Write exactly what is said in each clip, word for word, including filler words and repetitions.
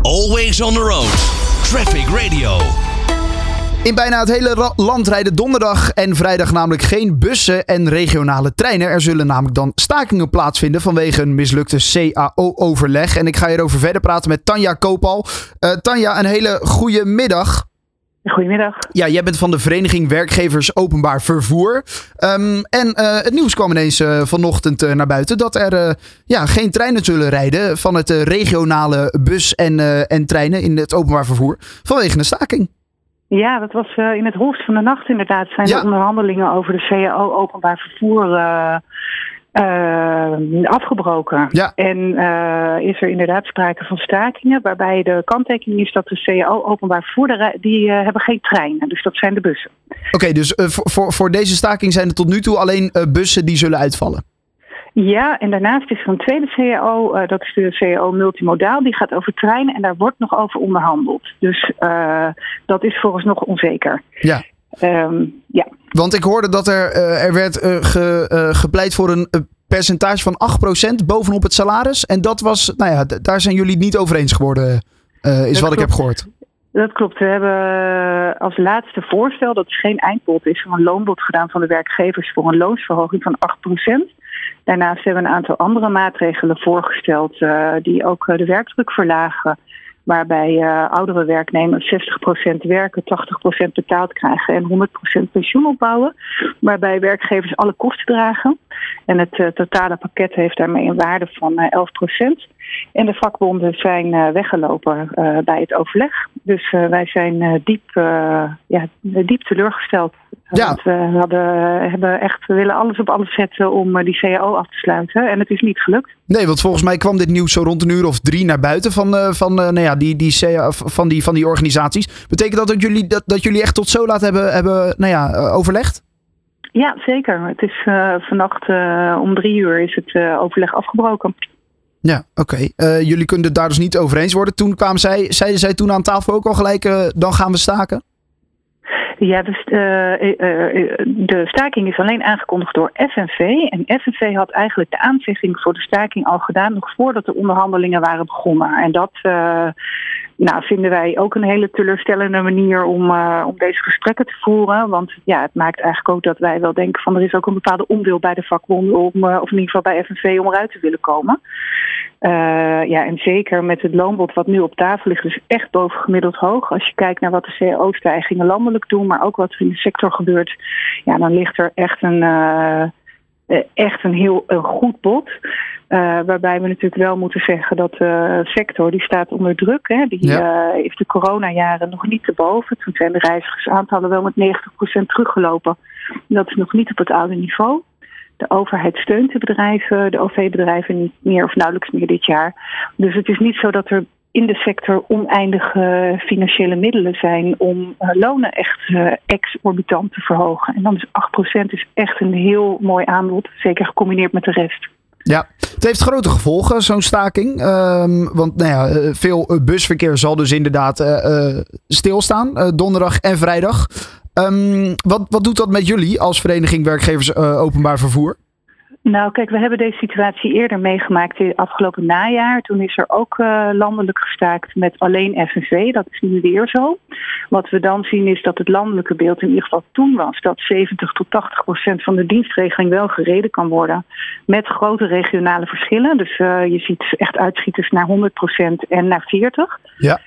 Always on the road. Traffic Radio. In bijna het hele ra- land rijden donderdag en vrijdag namelijk geen bussen en regionale treinen. Er zullen namelijk dan stakingen plaatsvinden vanwege een mislukte C A O-overleg. En ik ga hierover verder praten met Tanja Koopal. Uh, Tanja, een hele goede middag. Goedemiddag. Ja, jij bent van de Vereniging Werkgevers Openbaar Vervoer. Um, en uh, het nieuws kwam ineens uh, vanochtend uh, naar buiten dat er uh, ja, geen treinen zullen rijden van het uh, regionale bus en, uh, en treinen in het openbaar vervoer vanwege een staking. Ja, dat was uh, in het holst van de nacht inderdaad. Zijn Ja. de onderhandelingen over de C A O openbaar vervoer uh, uh, afgebroken. Ja. En uh, is er inderdaad sprake van stakingen, waarbij de kanttekening is dat de C A O openbaar vervoer, de, die uh, hebben geen treinen. Dus dat zijn de bussen. Oké, okay, dus uh, voor, voor, voor deze staking zijn er tot nu toe alleen uh, bussen die zullen uitvallen. Ja, en daarnaast is er een tweede C A O, uh, dat is de C A O multimodaal, die gaat over treinen en daar wordt nog over onderhandeld. Dus uh, dat is volgens nog onzeker. Ja. Um, ja. Want ik hoorde dat er, uh, er werd uh, ge, uh, gepleit voor een uh, percentage van acht procent bovenop het salaris. En dat was, nou ja, d- daar zijn jullie het niet over eens geworden, uh, is Dat wat ik heb klopt. gehoord. Dat klopt. We hebben als laatste voorstel, dat is geen eindbod, is er een loonbod gedaan van de werkgevers voor een loonsverhoging van acht procent. Daarnaast hebben we een aantal andere maatregelen voorgesteld uh, die ook uh, de werkdruk verlagen. Waarbij uh, oudere werknemers zestig procent werken, tachtig procent betaald krijgen en honderd procent pensioen opbouwen. Waarbij werkgevers alle kosten dragen. En het uh, totale pakket heeft daarmee een waarde van uh, elf procent. En de vakbonden zijn uh, weggelopen uh, bij het overleg. Dus uh, wij zijn uh, diep, uh, ja, diep teleurgesteld. Ja. Want we hadden, hebben echt, we willen alles op alles zetten om uh, die C A O af te sluiten. En het is niet gelukt. Nee, want volgens mij kwam dit nieuws zo rond een uur of drie naar buiten van, uh, van, uh, nou ja, die, die, C A O van, die, van die organisaties. Betekent dat dat jullie, dat, dat jullie echt tot zo laat hebben, hebben nou ja, uh, overlegd? Ja, zeker. Het is uh, vannacht uh, om drie uur is het uh, overleg afgebroken. Ja, oké. Okay. Uh, jullie kunnen het daar dus niet over eens worden. Toen kwamen zij, zeiden zij toen aan tafel ook al gelijk, uh, dan gaan we staken? Ja, dus, uh, uh, de staking is alleen aangekondigd door F N V. En F N V had eigenlijk de aanzegging voor de staking al gedaan, nog voordat de onderhandelingen waren begonnen. En dat uh, nou, vinden wij ook een hele teleurstellende manier om, uh, om deze gesprekken te voeren. Want ja, het maakt eigenlijk ook dat wij wel denken van er is ook een bepaalde onwil bij de vakbonden, om, uh, of in ieder geval bij F N V, om eruit te willen komen. Uh, ja, en zeker met het loonbod wat nu op tafel ligt, is echt bovengemiddeld hoog. Als je kijkt naar wat de C A O-stijgingen landelijk doen, maar ook wat er in de sector gebeurt, ja, dan ligt er echt een, uh, echt een heel een goed bod. Uh, waarbij we natuurlijk wel moeten zeggen dat de sector die staat onder druk. Hè. Die ja. uh, heeft de coronajaren nog niet te boven. Toen zijn de reizigersaantallen wel met negentig procent teruggelopen. Dat is nog niet op het oude niveau. De overheid steunt de bedrijven, de O V-bedrijven niet meer of nauwelijks meer dit jaar. Dus het is niet zo dat er in de sector oneindige financiële middelen zijn om uh, lonen echt uh, exorbitant te verhogen. En dan is acht procent is echt een heel mooi aanbod, zeker gecombineerd met de rest. Ja, het heeft grote gevolgen, zo'n staking. Um, want nou ja, veel busverkeer zal dus inderdaad uh, uh, stilstaan, uh, donderdag en vrijdag. Um, wat, wat doet dat met jullie als Vereniging Werkgevers uh, Openbaar Vervoer? Nou, kijk, we hebben deze situatie eerder meegemaakt in het afgelopen najaar. Toen is er ook uh, landelijk gestaakt met alleen F N V. Dat is nu weer zo. Wat we dan zien is dat het landelijke beeld in ieder geval toen was dat zeventig tot tachtig procent van de dienstregeling wel gereden kan worden. Met grote regionale verschillen. Dus uh, je ziet echt uitschieters naar honderd procent en naar veertig procent. Ja.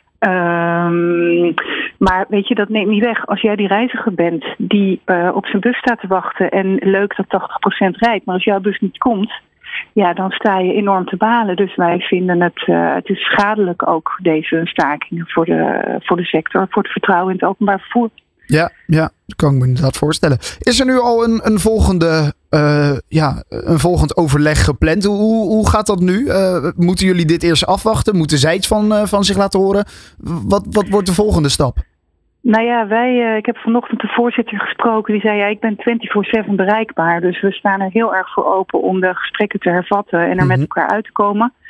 Um, maar weet je, dat neemt niet weg. Als jij die reiziger bent die uh, op zijn bus staat te wachten en leuk dat tachtig procent rijdt, maar als jouw bus niet komt, ja, dan sta je enorm te balen. Dus wij vinden het, uh, het is schadelijk ook, deze stakingen voor de, voor de sector, voor het vertrouwen in het openbaar vervoer. Ja, ja, dat kan ik me inderdaad voorstellen. Is er nu al een, een, volgende, uh, ja, een volgend overleg gepland? Hoe, hoe, hoe gaat dat nu? Uh, moeten jullie dit eerst afwachten? Moeten zij iets van, uh, van zich laten horen? Wat, wat wordt de volgende stap? Nou ja, wij, uh, ik heb vanochtend de voorzitter gesproken. Die zei, ja, ik ben vierentwintig zeven bereikbaar. Dus we staan er heel erg voor open om de gesprekken te hervatten en er mm-hmm. met elkaar uit te komen.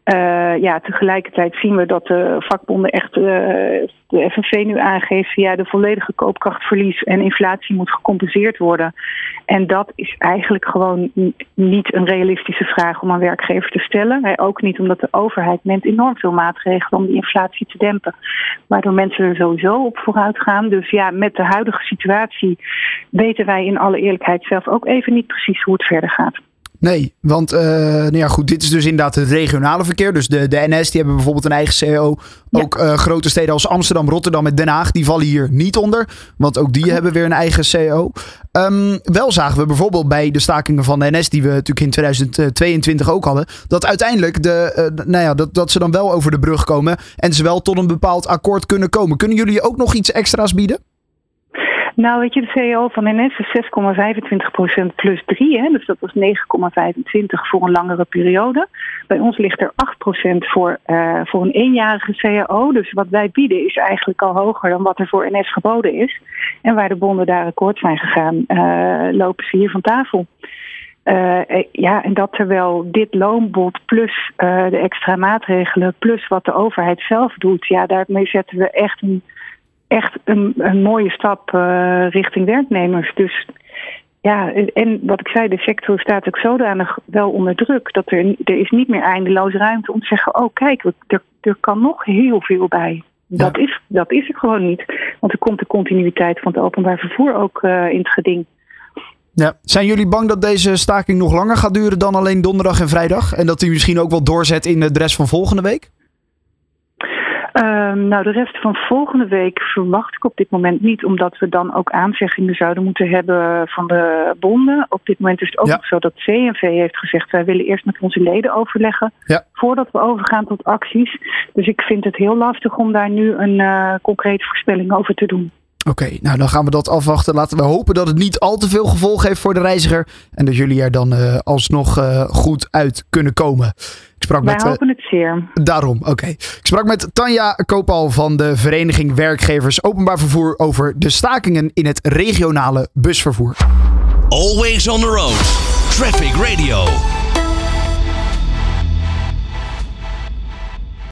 Uh, ja, tegelijkertijd zien we dat de vakbonden echt uh, de F N V nu aangeeft, ja, de volledige koopkrachtverlies en inflatie moet gecompenseerd worden. En dat is eigenlijk gewoon n- niet een realistische vraag om aan werkgever te stellen. Hij ook niet omdat de overheid neemt enorm veel maatregelen om die inflatie te dempen. Waardoor mensen er sowieso op vooruit gaan. Dus ja, met de huidige situatie weten wij in alle eerlijkheid zelf ook even niet precies hoe het verder gaat. Nee, want uh, nou ja, goed, dit is dus inderdaad het regionale verkeer. Dus de, de N S die hebben bijvoorbeeld een eigen C A O. Ja. Ook uh, grote steden als Amsterdam, Rotterdam en Den Haag, die vallen hier niet onder. Want ook die hebben weer een eigen C A O. Um, wel zagen we bijvoorbeeld bij de stakingen van de N S, die we natuurlijk in tweeduizend tweeëntwintig ook hadden, dat uiteindelijk de, uh, nou ja, dat, dat ze dan wel over de brug komen en ze wel tot een bepaald akkoord kunnen komen. Kunnen jullie ook nog iets extra's bieden? Nou, weet je, de C A O van N S is zes komma vijfentwintig procent plus drie. Hè? Dus dat was negen komma vijfentwintig voor een langere periode. Bij ons ligt er acht procent voor, uh, voor een eenjarige C A O. Dus wat wij bieden is eigenlijk al hoger dan wat er voor N S geboden is. En waar de bonden daar akkoord zijn gegaan, uh, lopen ze hier van tafel. Uh, ja, en dat terwijl dit loonbod plus uh, de extra maatregelen plus wat de overheid zelf doet, ja, daarmee zetten we echt een echt een, een mooie stap uh, richting werknemers. Dus ja, en wat ik zei, de sector staat ook zodanig wel onder druk dat er, er is niet meer eindeloos ruimte om te zeggen, oh kijk, er, er kan nog heel veel bij. Ja. Dat is, dat is er gewoon niet. Want er komt de continuïteit van het openbaar vervoer ook uh, in het geding. Ja. Zijn jullie bang dat deze staking nog langer gaat duren dan alleen donderdag en vrijdag? En dat die misschien ook wel doorzet in de rest van volgende week? Um, nou, de rest van volgende week verwacht ik op dit moment niet, omdat we dan ook aanzeggingen zouden moeten hebben van de bonden. Op dit moment is het ook ja. nog zo dat C N V heeft gezegd, wij willen eerst met onze leden overleggen, ja. voordat we overgaan tot acties. Dus ik vind het heel lastig om daar nu een uh, concrete voorspelling over te doen. Oké, okay, nou dan gaan we dat afwachten. Laten we hopen dat het niet al te veel gevolg heeft voor de reiziger. En dat jullie er dan uh, alsnog uh, goed uit kunnen komen. Ik sprak Wij met, hopen uh, het zeer. Daarom, oké. Okay. Ik sprak met Tanja Koopal van de Vereniging Werkgevers Openbaar Vervoer over de stakingen in het regionale busvervoer. Always on the road. Traffic Radio.